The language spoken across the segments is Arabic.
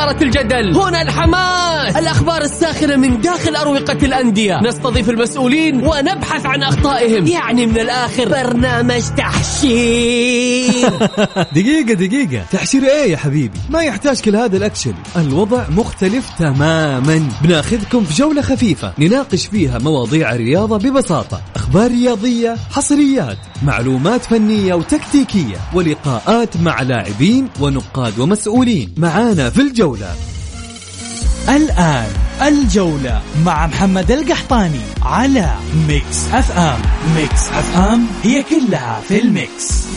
إثارة الجدل، هنا الحماس، الأخبار الساخنة من داخل أروقة الأندية، نستضيف المسؤولين ونبحث عن أخطائهم، يعني من الآخر برنامج تحشير. دقيقة تحشير ايه يا حبيبي؟ ما يحتاج كل هذا الأكشن، الوضع مختلف تماما. بناخذكم في جولة خفيفة نناقش فيها مواضيع الرياضة ببساطة، أخبار رياضية، حصريات، معلومات فنية وتكتيكية، ولقاءات مع لاعبين ونقاد ومسؤولين. معانا في الجولة. الآن الجولة مع محمد القحطاني على ميكس اف ام. ميكس اف ام هي كلها في الميكس.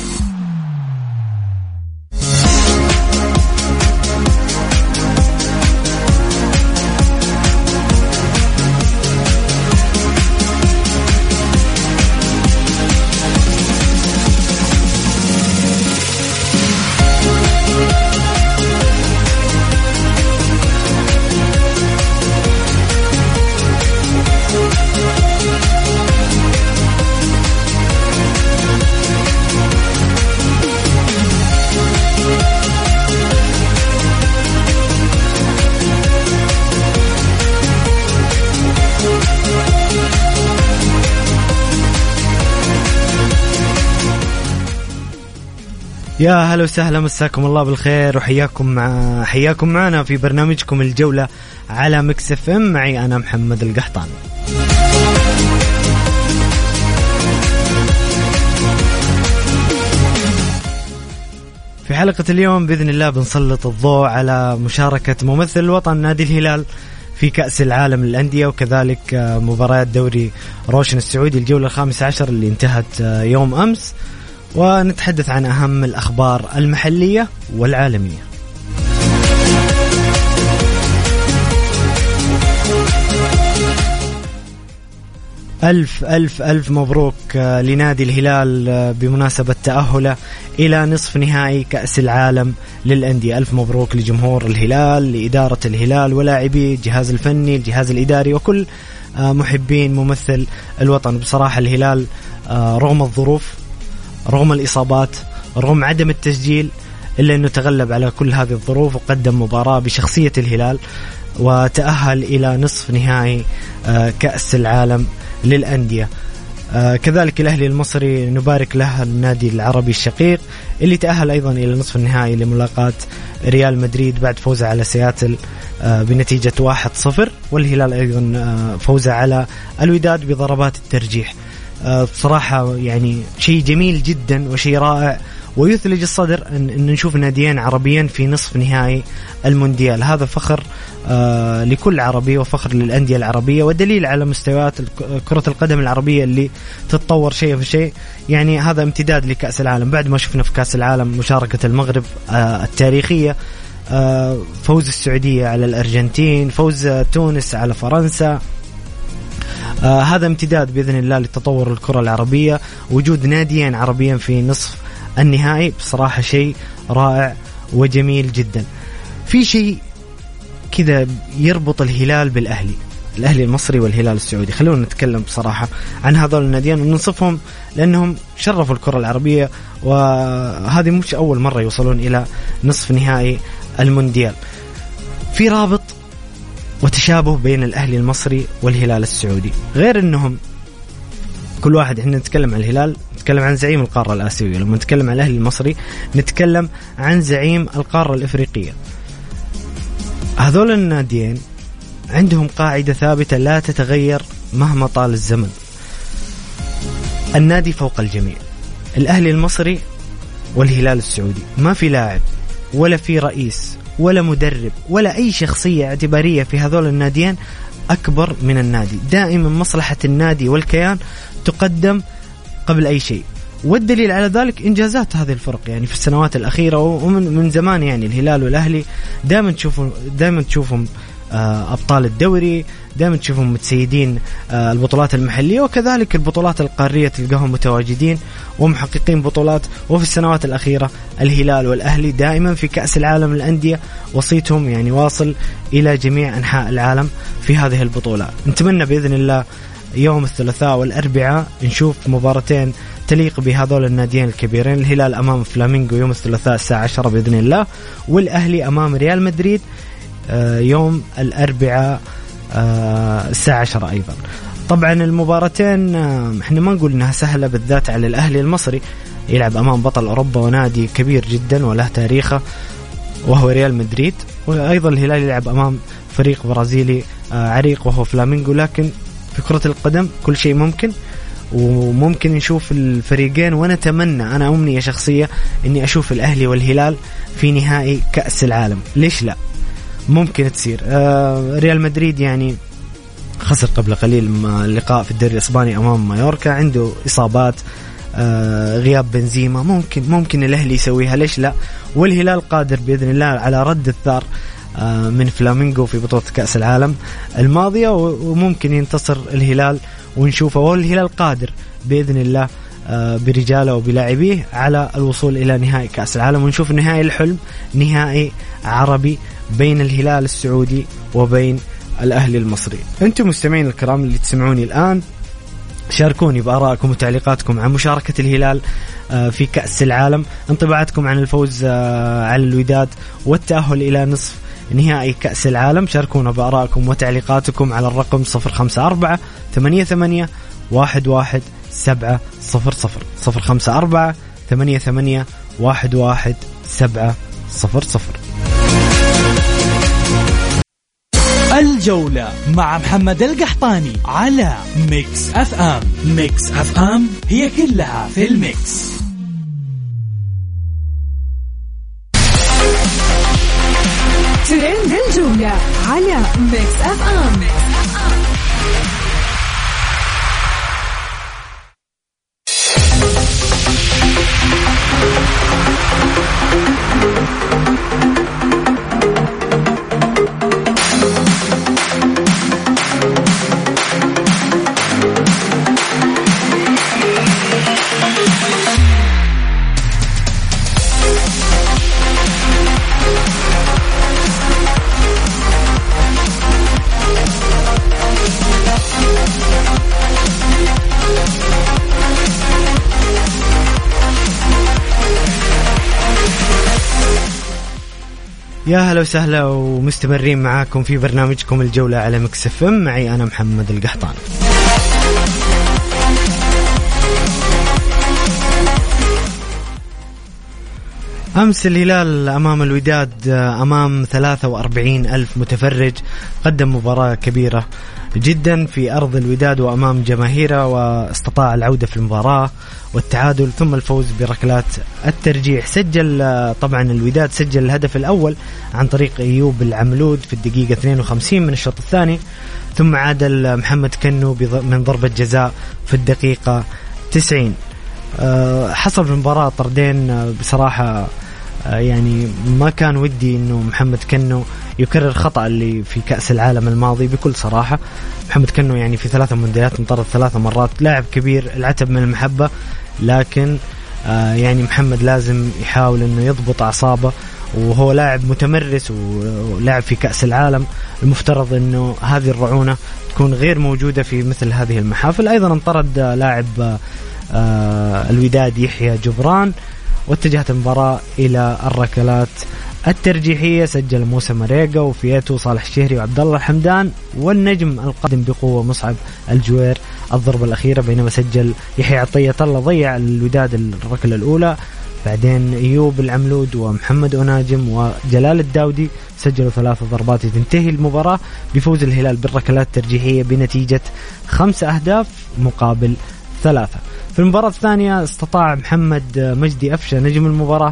يا هلا وسهلا، مساكم الله بالخير وحياكم معنا في برنامجكم الجولة على ميكس اف ام. معي أنا محمد القحطاني. في حلقة اليوم بإذن الله بنسلط الضوء على مشاركة ممثل الوطن نادي الهلال في كأس العالم للأندية، وكذلك مباريات دوري روشن السعودي الجولة 15 اللي انتهت يوم أمس، ونتحدث عن أهم الأخبار المحلية والعالمية. ألف ألف ألف مبروك لنادي الهلال بمناسبة تأهله إلى نصف نهائي كأس العالم للأندية. ألف مبروك لجمهور الهلال، لإدارة الهلال ولاعبي الجهاز الفني، الجهاز الإداري، وكل محبين ممثل الوطن. بصراحة الهلال رغم الظروف، رغم الإصابات، رغم عدم التسجيل، إلا أنه تغلب على كل هذه الظروف وقدم مباراة بشخصية الهلال وتأهل إلى نصف نهائي كأس العالم للأندية. كذلك الأهلي المصري نبارك له، النادي العربي الشقيق اللي تأهل أيضا إلى نصف النهائي لملاقاة ريال مدريد بعد فوزه على سياتل بنتيجة 1-0، والهلال أيضا فوزه على الوداد بضربات الترجيح. بصراحة يعني شيء جميل جدا وشيء رائع ويثلج الصدر أن نشوف ناديين عربيين في نصف نهائي المونديال. هذا فخر لكل عربي وفخر للأندية العربية، ودليل على مستويات كرة القدم العربية اللي تتطور شيء في شيء. يعني هذا امتداد لكأس العالم، بعد ما شفنا في كأس العالم مشاركة المغرب التاريخية، فوز السعودية على الأرجنتين، فوز تونس على فرنسا. هذا امتداد بإذن الله لتطور الكرة العربية. وجود ناديين عربيين في نصف النهائي بصراحة شيء رائع وجميل جدا. في شيء كذا يربط الهلال بالأهلي، الأهلي المصري والهلال السعودي. خلونا نتكلم بصراحة عن هذول الناديين وننصفهم لأنهم شرفوا الكرة العربية، وهذه مش أول مرة يوصلون إلى نصف نهائي المونديال. في رابط وتشابه بين الأهلي المصري والهلال السعودي، غير أنهم كل واحد، احنا نتكلم عن الهلال نتكلم عن زعيم القارة الآسيوية، لما نتكلم عن الأهلي المصري نتكلم عن زعيم القارة الإفريقية. هذول الناديين عندهم قاعدة ثابتة لا تتغير مهما طال الزمن: النادي فوق الجميع. الأهلي المصري والهلال السعودي ما في لاعب ولا في رئيس ولا مدرب ولا أي شخصية اعتبارية في هذول الناديين أكبر من النادي. دائما مصلحة النادي والكيان تقدم قبل أي شيء، والدليل على ذلك إنجازات هذه الفرق يعني في السنوات الأخيرة ومن زمان. يعني الهلال والأهلي دائما تشوفهم أبطال الدوري، دائما تشوفهم متسيدين البطولات المحلية، وكذلك البطولات القارية تلقاهم متواجدين ومحققين بطولات. وفي السنوات الأخيرة الهلال والأهلي دائما في كأس العالم للأندية وصيتهم يعني واصل إلى جميع أنحاء العالم في هذه البطولة. نتمنى بإذن الله يوم الثلاثاء والأربعاء نشوف مباراتين تليق بهذول الناديين الكبيرين. الهلال أمام فلامينغو يوم الثلاثاء الساعة 10 بإذن الله، والأهلي أمام ريال مدريد يوم الأربعاء الساعة 10 أيضا. طبعا المباراتين احنا ما نقول انها سهلة، بالذات على الأهلي المصري يلعب أمام بطل أوروبا ونادي كبير جدا وله تاريخه وهو ريال مدريد، وأيضا الهلال يلعب أمام فريق برازيلي عريق وهو فلامينغو. لكن في كرة القدم كل شيء ممكن، وممكن نشوف الفريقين، ونتمنى أنا أمنية شخصية أني أشوف الأهلي والهلال في نهائي كأس العالم. ليش لا؟ ممكن تصير. ريال مدريد يعني خسر قبل قليل اللقاء في الدوري الإسباني أمام مايوركا، عنده إصابات، غياب بنزيما، ممكن الأهلي يسويها، ليش لا؟ والهلال قادر بإذن الله على رد الثار من فلامينغو في بطولة كأس العالم الماضية، وممكن ينتصر الهلال ونشوفه. والهلال قادر بإذن الله برجاله وبلاعبيه على الوصول إلى نهائي كأس العالم، ونشوف نهائي الحلم، نهائي عربي بين الهلال السعودي وبين الأهلي المصري. أنتم مستمعين الكرام اللي تسمعوني الآن، شاركوني بآرائكم وتعليقاتكم عن مشاركة الهلال في كأس العالم، انطباعاتكم عن الفوز على الوداد والتأهل إلى نصف نهائي كأس العالم. شاركونا بآرائكم وتعليقاتكم على الرقم 054 88 11 700 054 88 11 700. الجولة مع محمد القحطاني على ميكس اف ام. ميكس اف ام هي كلها في الميكس. ترند الجولة على ميكس اف ام. يا هلا وسهلا، ومستمرين معاكم في برنامجكم الجولة على ميكس اف ام، معي أنا محمد القحطاني. أمس الهلال أمام الوداد أمام 43,000 متفرج قدم مباراة كبيرة جدا في أرض الوداد وأمام جماهيره، واستطاع العودة في المباراة والتعادل ثم الفوز بركلات الترجيح. سجل طبعا الوداد سجل الهدف الأول عن طريق أيوب العملود في الدقيقة 52 من الشوط الثاني، ثم عادل محمد كنو من ضربة جزاء في الدقيقة 90. حصل في المباراة طردين بصراحة، يعني ما كان ودي انه محمد كنو يكرر خطأ اللي في كأس العالم الماضي. بكل صراحة محمد كنو يعني في 3 مونديالات انطرد 3 مرات، لاعب كبير، العتب من المحبة، لكن يعني محمد لازم يحاول انه يضبط أعصابه، وهو لاعب متمرس ولاعب في كأس العالم، المفترض انه هذه الرعونة تكون غير موجودة في مثل هذه المحافل. ايضا انطرد لاعب الوداد يحيى جبران، واتجهت المباراة إلى الركلات الترجيحية. سجل موسى مريقة وفياتو صالح الشهري وعبد الله الحمدان، والنجم القادم بقوة مصعب الجوير الضربة الأخيرة، بينما سجل يحيى عطية الله ضيع الوداد الركلة الأولى. بعدين أيوب العملود ومحمد أناجم وجلال الداودي سجلوا 3 ضربات. تنتهي المباراة بفوز الهلال بالركلات الترجيحية بنتيجة 5 أهداف مقابل 3. في المباراة الثانية استطاع محمد مجدي أفشة نجم المباراة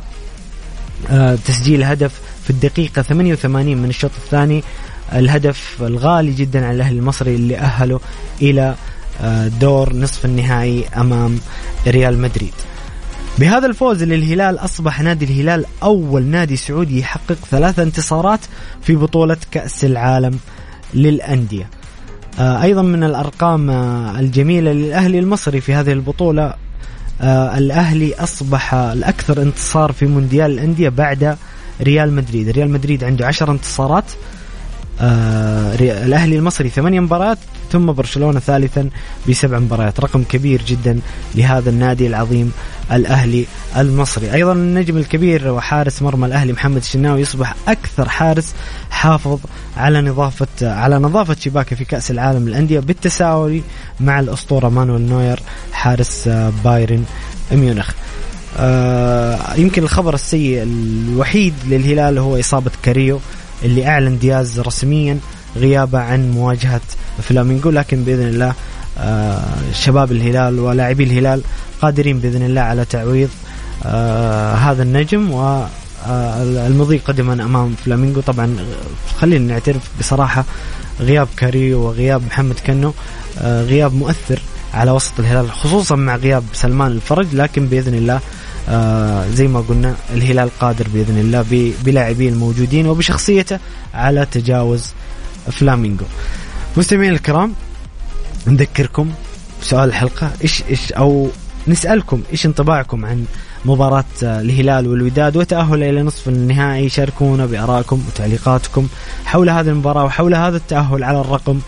تسجيل هدف في الدقيقة 88 من الشوط الثاني، الهدف الغالي جدا على الأهلي المصري اللي أهله إلى دور نصف النهائي أمام ريال مدريد. بهذا الفوز للهلال أصبح نادي الهلال أول نادي سعودي يحقق 3 انتصارات في بطولة كأس العالم للأندية. أيضا من الأرقام الجميلة للأهلي المصري في هذه البطولة، الأهلي أصبح الأكثر انتصار في مونديال الأندية بعد ريال مدريد. ريال مدريد عنده 10 انتصارات، الأهلي المصري 8 مباريات، ثم برشلونة ثالثا ب7 مباريات، رقم كبير جدا لهذا النادي العظيم الأهلي المصري. أيضا النجم الكبير وحارس مرمى الأهلي محمد الشناوي يصبح أكثر حارس حافظ على نظافة شباكه في كأس العالم للأندية بالتساوي مع الأسطورة مانويل نوير حارس بايرن ميونخ. يمكن الخبر السيء الوحيد للهلال هو إصابة كاريو اللي أعلن دياز رسميا غيابه عن مواجهة فلامينغو، لكن بإذن الله شباب الهلال ولاعبي الهلال قادرين بإذن الله على تعويض هذا النجم والمضي قدما أمام فلامينغو. طبعا خلينا نعترف بصراحة غياب كاريو وغياب محمد كنو غياب مؤثر على وسط الهلال، خصوصا مع غياب سلمان الفرج، لكن بإذن الله زي ما قلنا الهلال قادر بإذن الله بلاعبين الموجودين وبشخصيته على تجاوز فلامينغو. مستمعين الكرام، نذكركم بسؤال الحلقة، إيش أو نسألكم إيش انطباعكم عن مباراة الهلال والوداد وتأهل إلى نصف النهائي؟ شاركونا بآرائكم وتعليقاتكم حول هذه المباراة وحول هذا التأهل على الرقم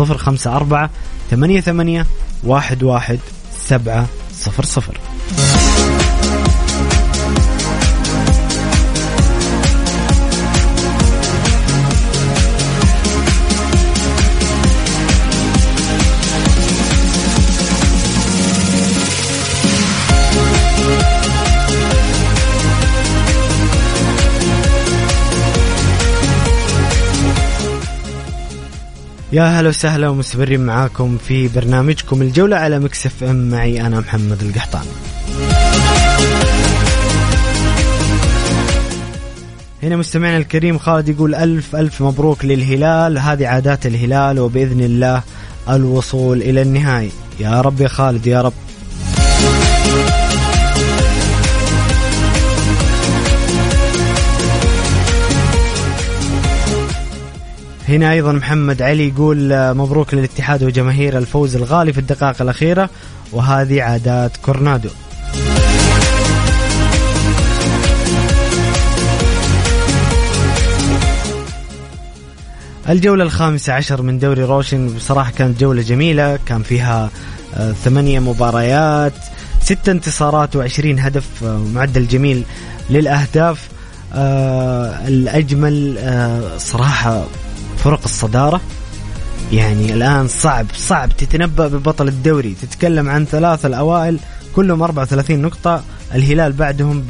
0548811700. يا هلا وسهلا ومستمرين معاكم في برنامجكم الجولة على ميكس اف ام، معي أنا محمد القحطان. هنا مستمعنا الكريم خالد يقول ألف مبروك للهلال، هذه عادات الهلال وبإذن الله الوصول إلى النهائي. يا رب يا خالد يا رب. هنا أيضا محمد علي يقول مبروك للاتحاد وجماهير الفوز الغالي في الدقائق الأخيرة، وهذه عادات كورنادو. الجولة 15 من دوري روشن بصراحة كانت جولة جميلة، كان فيها 8 مباريات، 6 انتصارات و20 هدف، معدل جميل للأهداف. الأجمل صراحة فرق الصدارة، يعني الآن صعب تتنبأ ببطل الدوري. تتكلم عن 3 الأوائل كلهم 34 نقطة، الهلال بعدهم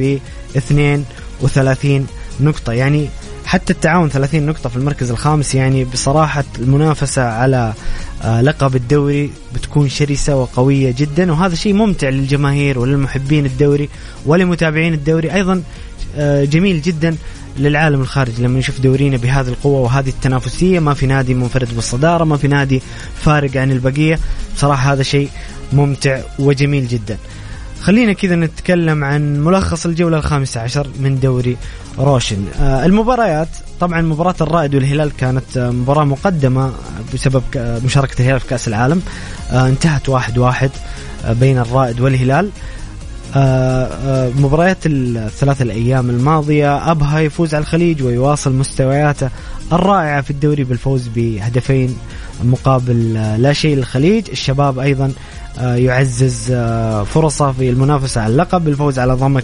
ب32 نقطة، يعني حتى التعاون 30 نقطة في المركز الخامس. يعني بصراحة المنافسة على لقب الدوري بتكون شرسة وقوية جدا، وهذا شيء ممتع للجماهير وللمحبين الدوري ولمتابعين الدوري، أيضا جميل جدا للعالم الخارجي لما نشوف دورينا بهذه القوة وهذه التنافسية. ما في نادي منفرد بالصدارة، ما في نادي فارق عن البقية، بصراحة هذا شيء ممتع وجميل جدا. خلينا كذا نتكلم عن ملخص الجولة 15 من دوري روشن. المباريات طبعا مباراة الرائد والهلال كانت مباراة مقدمة بسبب مشاركة الهلال في كأس العالم، انتهت 1-1 بين الرائد والهلال. مباريات الثلاث الأيام الماضية، أبها يفوز على الخليج ويواصل مستوياته الرائعة في الدوري بالفوز بهدفين مقابل لا شيء للخليج. الشباب أيضا يعزز فرصة في المنافسة على اللقب بالفوز على ضمك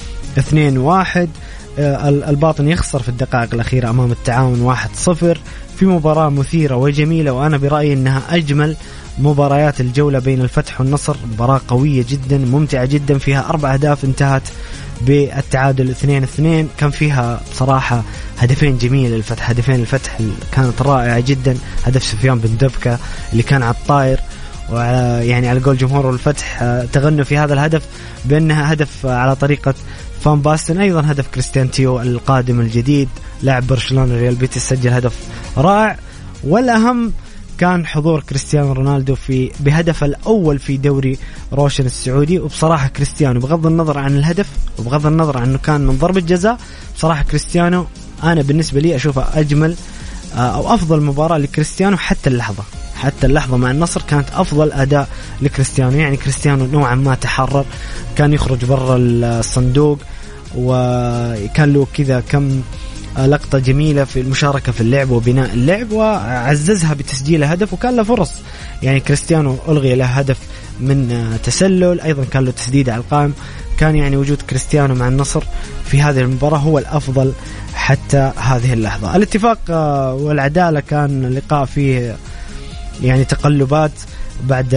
2-1. الباطن يخسر في الدقائق الأخيرة أمام التعاون 1-0 في مباراة مثيرة وجميلة، وأنا برأيي أنها أجمل مباريات الجولة بين الفتح والنصر. مباراة قوية جدا ممتعة جدا، فيها 4 أهداف انتهت بالتعادل 2-2. كان فيها بصراحة هدفين جميل للفتح، هدفين الفتح كانت رائعة جدا. هدف سفيان بن دبكة اللي كان على الطائر، ويعني على قول جمهور الفتح تغنوا في هذا الهدف بأنها هدف على طريقة فان باستن. أيضا هدف كريستيان تيو القادم الجديد لاعب برشلونة ريال بيتيس سجل هدف رائع، والأهم كان حضور كريستيانو رونالدو بهدف الأول في دوري روشن السعودي. وبصراحة كريستيانو بغض النظر عن الهدف وبغض النظر عنه كان من ضربة جزاء، بصراحة كريستيانو أنا بالنسبة لي أشوفه أجمل أو أفضل مباراة لكريستيانو حتى اللحظة مع النصر كانت أفضل أداء لكريستيانو. يعني كريستيانو نوعا ما تحرر، كان يخرج برا الصندوق، وكان له كذا كم لقطة جميلة في المشاركة في اللعب وبناء اللعب، وعززها بتسجيل هدف، وكان له فرص. يعني كريستيانو ألغي له هدف من تسلل، أيضا كان له تسديد على القائم. كان يعني وجود كريستيانو مع النصر في هذه المباراة هو الأفضل حتى هذه اللحظة. الاتفاق والعدالة كان لقاء فيه يعني تقلبات. بعد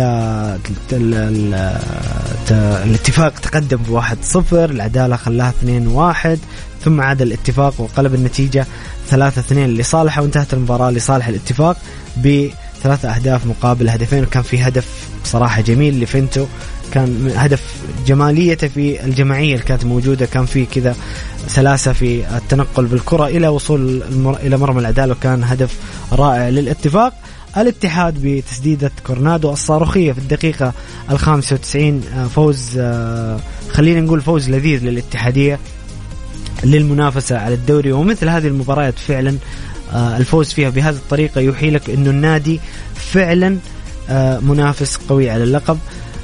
الاتفاق تقدم ب1-0، العدالة خلاها 2-1، ثم عاد الاتفاق وقلب النتيجة 3-2 لصالحه، وانتهت المباراة لصالح الاتفاق ب3 أهداف مقابل هدفين. وكان في هدف بصراحة جميل لفينتو، كان هدف جماليته في الجماعية اللي كانت موجودة، كان في كذا سلاسة في التنقل بالكرة إلى وصول إلى مرمى العدالة، وكان هدف رائع للاتفاق. الاتحاد بتسديدة كورنادو الصاروخية في الدقيقة 95 فوز، خلينا نقول فوز لذيذ للاتحادية للمنافسة على الدوري. ومثل هذه المباريات فعلا الفوز فيها بهذه الطريقة يوحي لك أنه النادي فعلا منافس قوي على اللقب.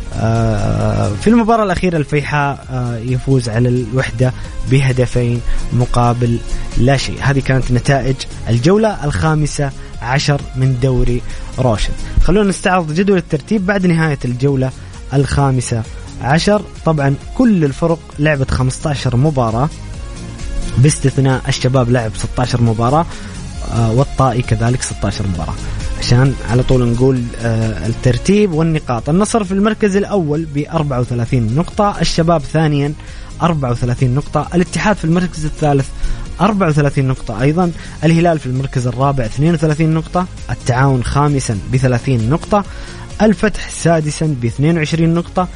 في المباراة الأخيرة الفيحاء يفوز على الوحدة ب2 مقابل لا شيء. هذه كانت نتائج الجولة 15 من دوري روشن. خلونا نستعرض جدول الترتيب بعد نهاية الجولة 15. طبعا كل الفرق لعبت 15 مباراة باستثناء الشباب لعب 16 مباراة، والطائي كذلك 16 مباراة. عشان على طول نقول الترتيب والنقاط. النصر في المركز الأول ب34 نقطة، الشباب ثانيا 34 نقطة، الاتحاد في المركز الثالث 34 نقطة أيضا، الهلال في المركز الرابع 32 نقطة، التعاون خامسا ب30 نقطة، الفتح سادسا ب22 نقطة،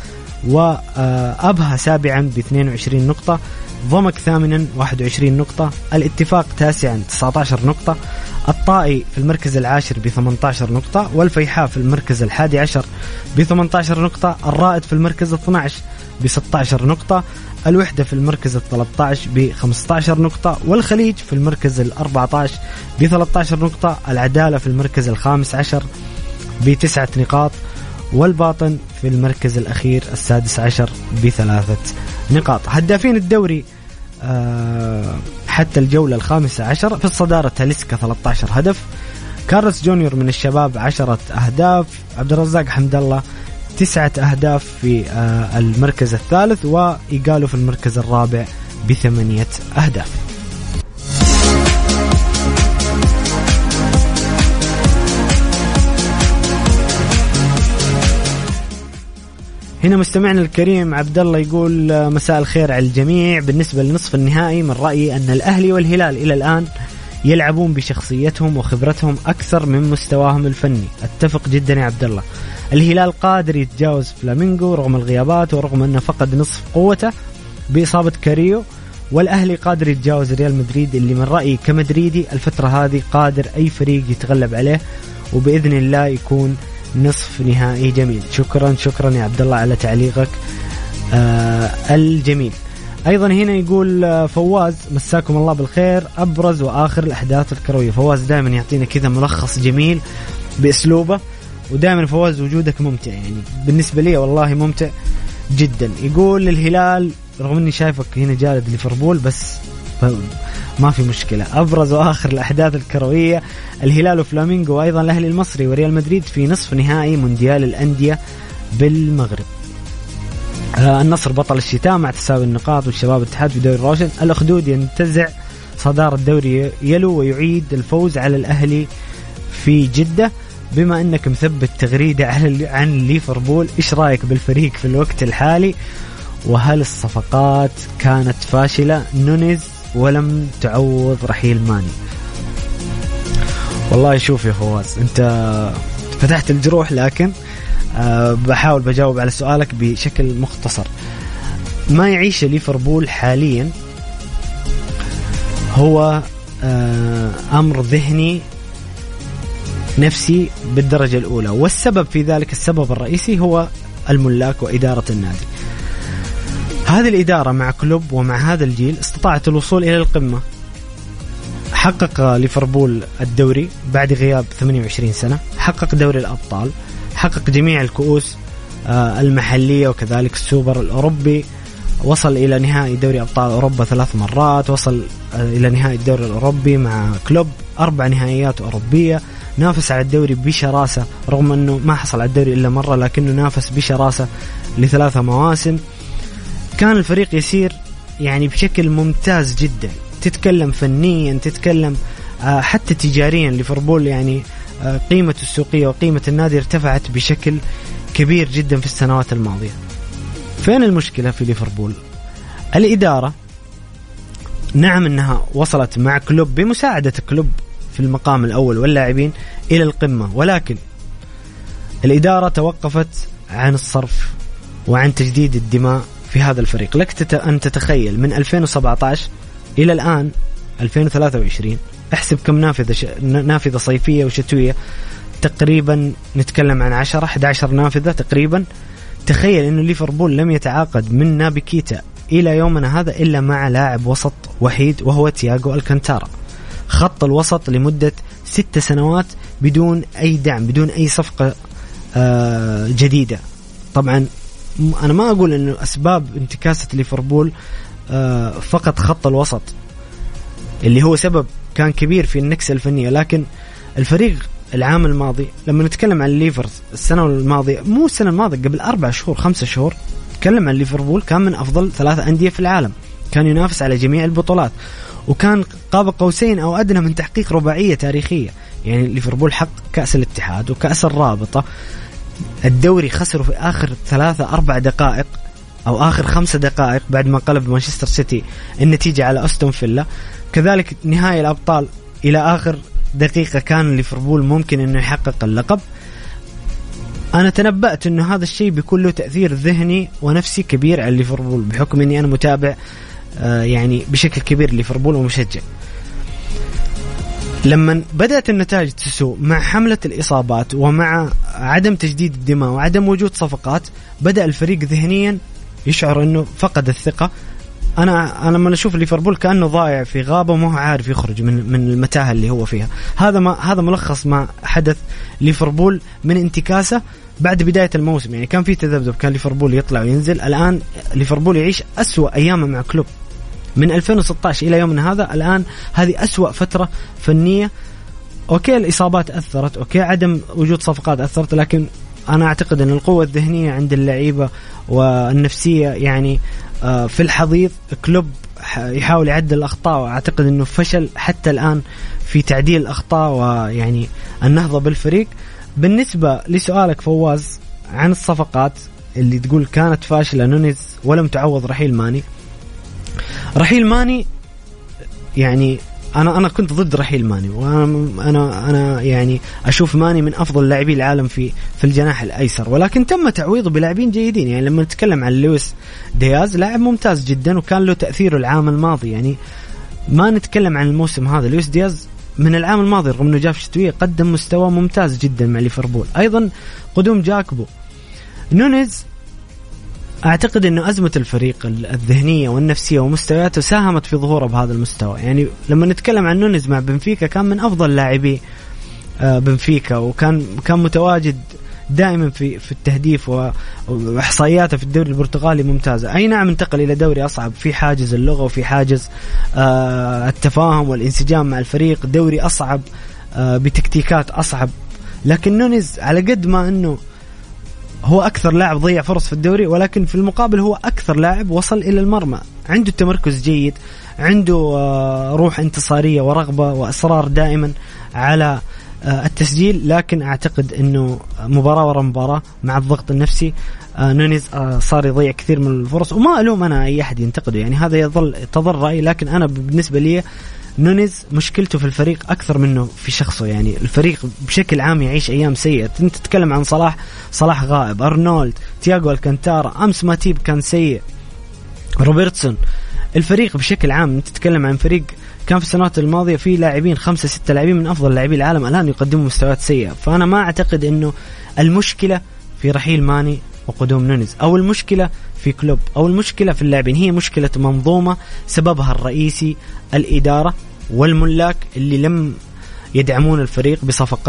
وأبها سابعا ب22 نقطة، ضمك ثامنا 21 نقطة، الاتفاق تاسعا 19 نقطة، الطائي في المركز العاشر ب18 نقطة، والفيحاء في المركز ال11 ب18 نقطة، الرائد في المركز 12 ب16 نقطة، الوحدة في المركز ال13 ب15 نقطة، والخليج في المركز ال14 ب13 نقطة، العدالة في المركز ال15 ب9 نقاط، والباطن في المركز الأخير ال16 ب3 نقاط. هدافين الدوري حتى الجولة 15 في الصدارة تاليسكا 13 هدف، كارلوس جونيور من الشباب 10 أهداف، عبد الرزاق حمد الله 9 أهداف في المركز الثالث، وإيغالو في المركز الرابع ب8 أهداف. هنا مستمعنا الكريم عبد الله يقول مساء الخير على الجميع. بالنسبة لنصف النهائي من رأيي أن الأهلي والهلال إلى الآن يلعبون بشخصيتهم وخبرتهم أكثر من مستواهم الفني. أتفق جدا يا عبد الله. الهلال قادر يتجاوز فلامينغو رغم الغيابات ورغم أنه فقد نصف قوته بإصابة كاريو، والأهلي قادر يتجاوز ريال مدريد اللي من رأيي كمدريدي الفترة هذه قادر أي فريق يتغلب عليه، وبإذن الله يكون نصف نهائي جميل. شكرا يا عبد الله على تعليقك الجميل. أيضا هنا يقول فواز مساكم الله بالخير، أبرز وآخر الأحداث الكروية. فواز دائما يعطينا كذا ملخص جميل بأسلوبه، ودائما فواز وجودك ممتع، يعني بالنسبة لي والله ممتع جدا. يقول الهلال رغم أني شايفك هنا جالد ليفربول بس ما في مشكلة. أبرز وآخر الأحداث الكروية الهلال وفلامينغو، وأيضا الأهلي المصري وريال مدريد في نصف نهائي مونديال الأندية بالمغرب. النصر بطل الشتاء مع تساوي النقاط، والشباب الاتحاد في دوري روشن. الأخدود ينتزع صدارة الدوري يلو ويعيد الفوز على الأهلي في جدة. بما أنك مثبت تغريدة عن ليفربول، إيش رأيك بالفريق في الوقت الحالي؟ وهل الصفقات كانت فاشلة؟ نونيز ولم تعوض رحيل ماني. والله شوف يا فواز، أنت فتحت الجروح، لكن بحاول بجاوب على سؤالك بشكل مختصر. ما يعيش ليفربول حاليا هو أمر ذهني نفسي بالدرجة الأولى، والسبب في ذلك، السبب الرئيسي هو الملاك وإدارة النادي. هذه الإدارة مع كلوب ومع هذا الجيل استطاعت الوصول إلى القمة. حقق ليفربول الدوري بعد غياب 28 سنة، حقق دوري الأبطال، حقق جميع الكؤوس المحلية وكذلك السوبر الأوروبي، وصل إلى نهائي دوري أبطال أوروبا 3 مرات، وصل إلى نهائي الدوري الأوروبي مع كلوب 4 نهائيات أوروبية، نافس على الدوري بشراسة رغم أنه ما حصل على الدوري إلا مرة، لكنه نافس بشراسة ل3 مواسم. كان الفريق يسير يعني بشكل ممتاز جدا، تتكلم فنيا، تتكلم حتى تجاريا. ليفربول يعني قيمته السوقية وقيمة النادي ارتفعت بشكل كبير جدا في السنوات الماضية. فين المشكلة في ليفربول؟ الإدارة نعم أنها وصلت مع كلوب بمساعدة كلوب في المقام الأول واللاعبين إلى القمة، ولكن الإدارة توقفت عن الصرف وعن تجديد الدماء في هذا الفريق. لك أن تتخيل من 2017 إلى الآن 2023 احسب كم نافذة صيفية وشتوية، تقريبا نتكلم عن 10-11 نافذة تقريبا. تخيل أنه ليفربول لم يتعاقد من نابي كيتا إلى يومنا هذا إلا مع لاعب وسط وحيد وهو تياغو الكانتارا. خط الوسط لمدة 6 سنوات بدون أي دعم، بدون أي صفقة جديدة. طبعا أنا ما أقول أنه أسباب انتكاسة ليفربول فقط خط الوسط اللي هو سبب كان كبير في النكسة الفنية، لكن الفريق العام الماضي لما نتكلم عن ليفرز السنة الماضية، مو السنة الماضية، قبل 4 شهور 5 شهور، نتكلم عن ليفربول كان من أفضل 3 أندية في العالم، كان ينافس على جميع البطولات، وكان قاب قوسين أو أدنى من تحقيق رباعية تاريخية. يعني ليفربول حق كأس الاتحاد وكأس الرابطة، الدوري خسره في آخر 3-4 دقائق أو آخر 5 دقائق بعد ما قلب مانشستر سيتي النتيجة على أستون فيلا. كذلك نهائي الأبطال إلى آخر دقيقة كان ليفربول ممكن أنه يحقق اللقب. أنا تنبأت أنه هذا الشيء بيكون له تأثير ذهني ونفسي كبير على ليفربول، بحكم أني أنا متابع يعني بشكل كبير ليفربول ومشجع. لما بدأت النتائج تسوء مع حملة الإصابات ومع عدم تجديد الدماء وعدم وجود صفقات، بدأ الفريق ذهنيا يشعر أنه فقد الثقة. أنا لما أشوف ليفربول كأنه ضايع في غابة وما هو عارف يخرج من المتاهة اللي هو فيها. هذا ملخص ما حدث ليفربول من انتكاسة بعد بداية الموسم. يعني كان في تذبذب، كان ليفربول يطلع وينزل. الآن ليفربول يعيش أسوأ أيامه مع كلوب من 2016 إلى يومنا هذا. الآن هذه أسوأ فترة فنية. أوكي الإصابات أثرت، أوكي عدم وجود صفقات أثرت، لكن أنا أعتقد أن القوة الذهنية عند اللعيبة والنفسية يعني في الحضيض. كلوب يحاول يعدل الأخطاء، وأعتقد أنه فشل حتى الآن في تعديل الأخطاء ويعني النهضة بالفريق. بالنسبة لسؤالك فواز عن الصفقات اللي تقول كانت فاشلة، نونيز ولم تعوض رحيل ماني يعني أنا كنت ضد رحيل ماني، وأنا يعني أشوف ماني من أفضل لاعبي العالم في الجناح الأيسر، ولكن تم تعويضه بلاعبين جيدين. يعني لما نتكلم عن لويس دياز لاعب ممتاز جدا وكان له تأثيره العام الماضي. يعني ما نتكلم عن الموسم هذا، لويس دياز من العام الماضي رغم أنه جاء في شتوية قدم مستوى ممتاز جدا مع ليفربول. أيضا قدوم جاكبو. نونيز أعتقد أنه أزمة الفريق الذهنية والنفسية ومستوياته ساهمت في ظهوره بهذا المستوى. يعني لما نتكلم عن نونيز مع بنفيكا كان من أفضل لاعبي بنفيكا، وكان متواجد دائما في التهديف، وإحصائياته في الدوري البرتغالي ممتازة. أي نعم انتقل إلى دوري أصعب، في حاجز اللغة وفي حاجز التفاهم والانسجام مع الفريق، دوري أصعب بتكتيكات أصعب. لكن نونيز على قد ما أنه هو أكثر لاعب ضيع فرص في الدوري، ولكن في المقابل هو أكثر لاعب وصل إلى المرمى، عنده تمركز جيد، عنده روح انتصارية ورغبة وإصرار دائما على التسجيل. لكن أعتقد أنه مباراة ورا مباراة مع الضغط النفسي نونيز صار يضيع كثير من الفرص، وما ألوم أنا أي أحد ينتقده، يعني هذا تظل رأي. لكن أنا بالنسبة لي نونيز مشكلته في الفريق أكثر منه في شخصه. يعني الفريق بشكل عام يعيش أيام سيئة. أنت تتكلم عن صلاح غائب، أرنولد، تياغو الكانتارا، أمس ماتيب كان سيء، روبرتسون. الفريق بشكل عام أنت تتكلم عن فريق كان في السنوات الماضية فيه لاعبين 5-6 لاعبين من أفضل لاعبي العالم، الآن يقدموا مستويات سيئة. فأنا ما أعتقد أنه المشكلة في رحيل ماني وقدوم نونيز، أو المشكلة في كلوب، أو المشكلة في اللاعبين. هي مشكلة منظومة سببها الرئيسي الإدارة والملاك اللي لم يدعمون الفريق بصفقات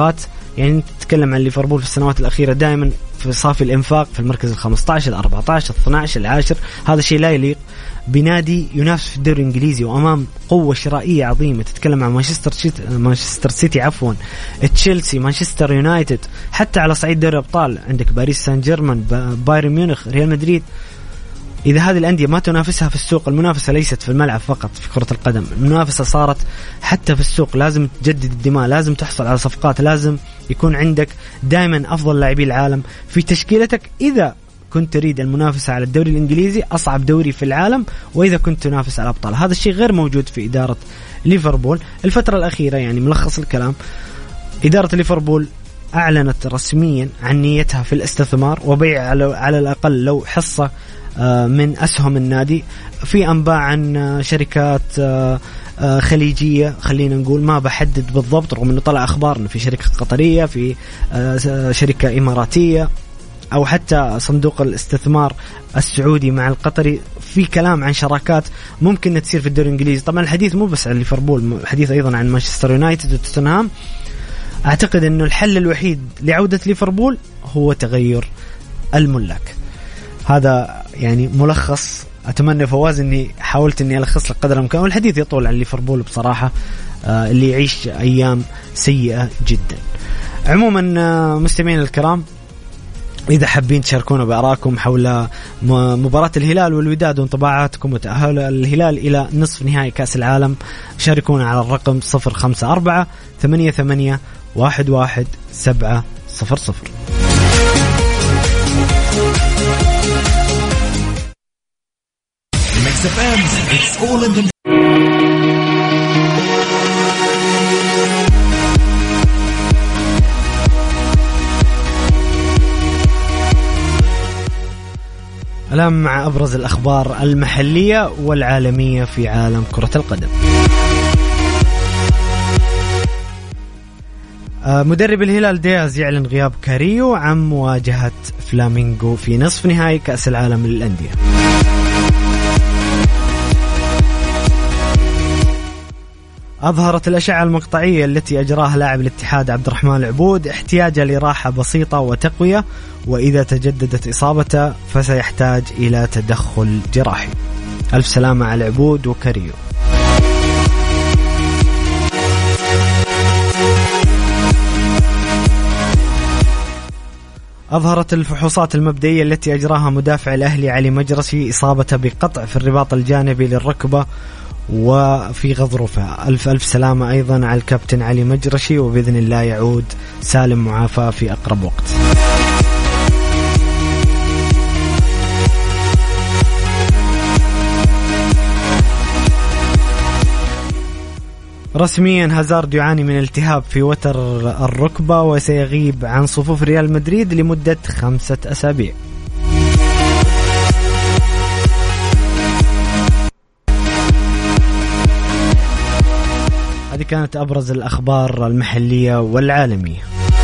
يعني تتكلم عن ليفربول في السنوات الأخيرة دائما في صافي الإنفاق في المركز 15 14 12 10. هذا شيء لا يليق بنادي ينافس في الدوري الإنجليزي وأمام قوة شرائية عظيمة. تتكلم عن مانشستر سيتي عفوا، تشيلسي، مانشستر يونايتد، حتى على صعيد دوري الأبطال عندك باريس سان جيرمان، بايرن ميونخ، ريال مدريد. إذا هذه الأندية ما تنافسها في السوق، المنافسة ليست في الملعب فقط في كرة القدم، المنافسة صارت حتى في السوق. لازم تجدد الدماء، لازم تحصل على صفقات، لازم يكون عندك دائما أفضل لاعبي العالم في تشكيلتك إذا كنت تريد المنافسة على الدوري الإنجليزي، أصعب دوري في العالم، وإذا كنت تنافس على الأبطال. هذا الشيء غير موجود في إدارة ليفربول الفترة الأخيرة. يعني ملخص الكلام، إدارة ليفربول أعلنت رسميا عن نيتها في الاستثمار وبيع على الأقل لو حصة من أسهم النادي. في أنباء عن شركات خليجية، خلينا نقول ما بحدد بالضبط، رغم أنه طلع أخبار أنه في شركة قطرية، في شركة إماراتية، أو حتى صندوق الاستثمار السعودي مع القطري. في كلام عن شراكات ممكن تصير في الدوري الإنجليزي. طبعا الحديث مو بس عن ليفربول، الحديث أيضا عن مانشستر يونايتد وتوتنهام. أعتقد أنه الحل الوحيد لعودة ليفربول هو تغير الملاك. هذا يعني ملخص. أتمنى فواز أني حاولت أني ألخص لك قدر الإمكان، والحديث يطول عن ليفربول بصراحة اللي يعيش أيام سيئة جدا. عموما مستمعين الكرام، إذا حابين تشاركونا بآرائكم حول مباراة الهلال والوداد وانطباعاتكم وتأهل الهلال إلى نصف نهائي كأس العالم، شاركونا على الرقم 0548811700. الآن مع أبرز الأخبار المحلية والعالمية في عالم كرة القدم. مدرب الهلال دياز يعلن غياب كاريو عن مواجهة فلامينغو في نصف نهائي كأس العالم للأندية. أظهرت الأشعة المقطعية التي أجراها لاعب الاتحاد عبد الرحمن العبود احتياجه لراحة بسيطة وتقوية، وإذا تجددت إصابته فسيحتاج إلى تدخل جراحي. ألف سلامة على العبود وكاريو. أظهرت الفحوصات المبدئية التي أجراها مدافع الأهلي علي مجرسي إصابته بقطع في الرباط الجانبي للركبة وفي غضروفه. ألف سلامة أيضا على الكابتن علي مجرشي، وبإذن الله يعود سالم معافى في أقرب وقت. رسميا هازارد يعاني من التهاب في وتر الركبة وسيغيب عن صفوف ريال مدريد لمدة 5 أسابيع. هذه كانت أبرز الأخبار المحلية والعالمية.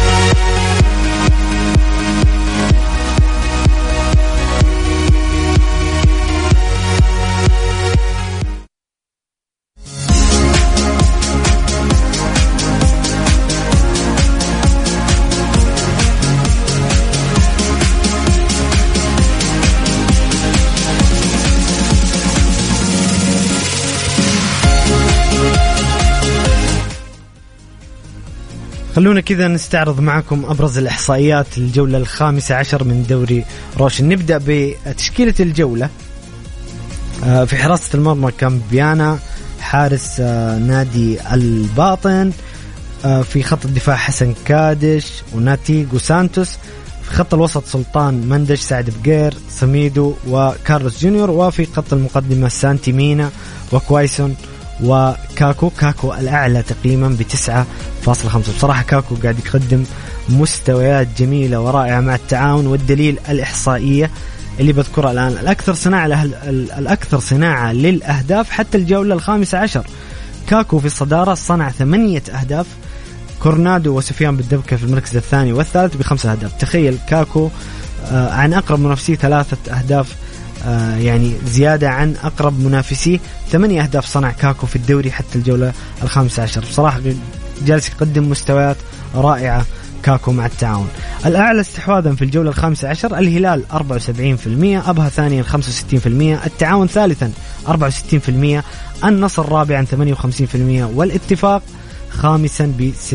خلونا كذا نستعرض معكم أبرز الإحصائيات الجولة 15 من دوري روشن. نبدأ بتشكيلة الجولة. في حراسة المرمى كان بيانا حارس نادي الباطن. في خط الدفاع حسن كادش وناتيغو سانتوس. في خط الوسط سلطان مندش، سعد بقير، سميدو وكارلوس جونيور. وفي خط المقدمة سانتي مينا وكوايسون وكاكو. كاكو الأعلى تقييما ب9.5. بصراحة كاكو قاعد يقدم مستويات جميلة ورائعة مع التعاون، والدليل الإحصائية اللي بذكرها الآن. الأكثر صناعة للأهداف حتى الجولة 15. كاكو في الصدارة، صنع 8 أهداف. كورنادو وسفيان بالدبكة في المركز الثاني والثالث ب5 أهداف. تخيل كاكو عن أقرب منافسيه 3 أهداف، يعني زيادة عن أقرب منافسيه. 8 أهداف صنع كاكو في الدوري حتى الجولة 15. بصراحة جالس يقدم مستويات رائعة كاكو مع التعاون. الأعلى استحواذا في الجولة 15 الهلال 74%، أبها ثانيا 65%، التعاون ثالثا 64%، النصر رابعا 58%، والاتفاق خامسا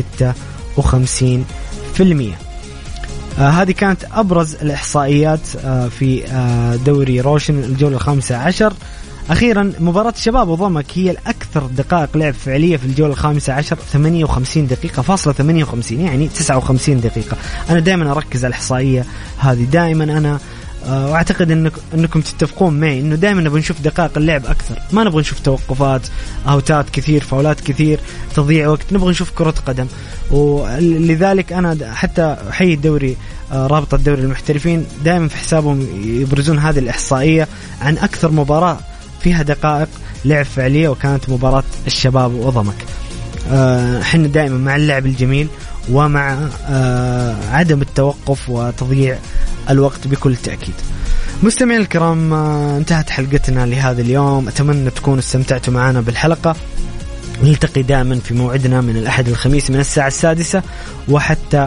ب56%. هذه كانت أبرز الإحصائيات في دوري روشن الجولة 15. أخيرا مباراة الشباب وضمك هي الأكثر دقائق لعب فعلية في الجولة 15، 58 دقيقة فاصلة 58، يعني 59 دقيقة. أنا دائما أركز على الإحصائية هذه دائما أنا، واعتقد انكم تتفقون معي انه دائما نبغى نشوف دقائق اللعب اكثر، ما نبغى نشوف توقفات، اوتات كثير، فاولات كثير، تضييع وقت، نبغى نشوف كرة قدم. ولذلك انا حتى احيي الدوري، رابطة الدوري المحترفين دائما في حسابهم يبرزون هذه الاحصائية عن اكثر مباراة فيها دقائق لعب فعلية، وكانت مباراة الشباب وضمك. احنا دائما مع اللعب الجميل ومع عدم التوقف وتضييع الوقت بكل تأكيد. مستمعين الكرام، انتهت حلقتنا لهذا اليوم، أتمنى تكونوا استمتعتوا معنا بالحلقة. نلتقي دائما في موعدنا من الأحد الخميس من الساعة 6 وحتى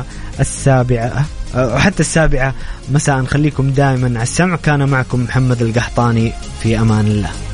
7 مساء. خليكم دائما على السمع. كان معكم محمد القحطاني، في أمان الله.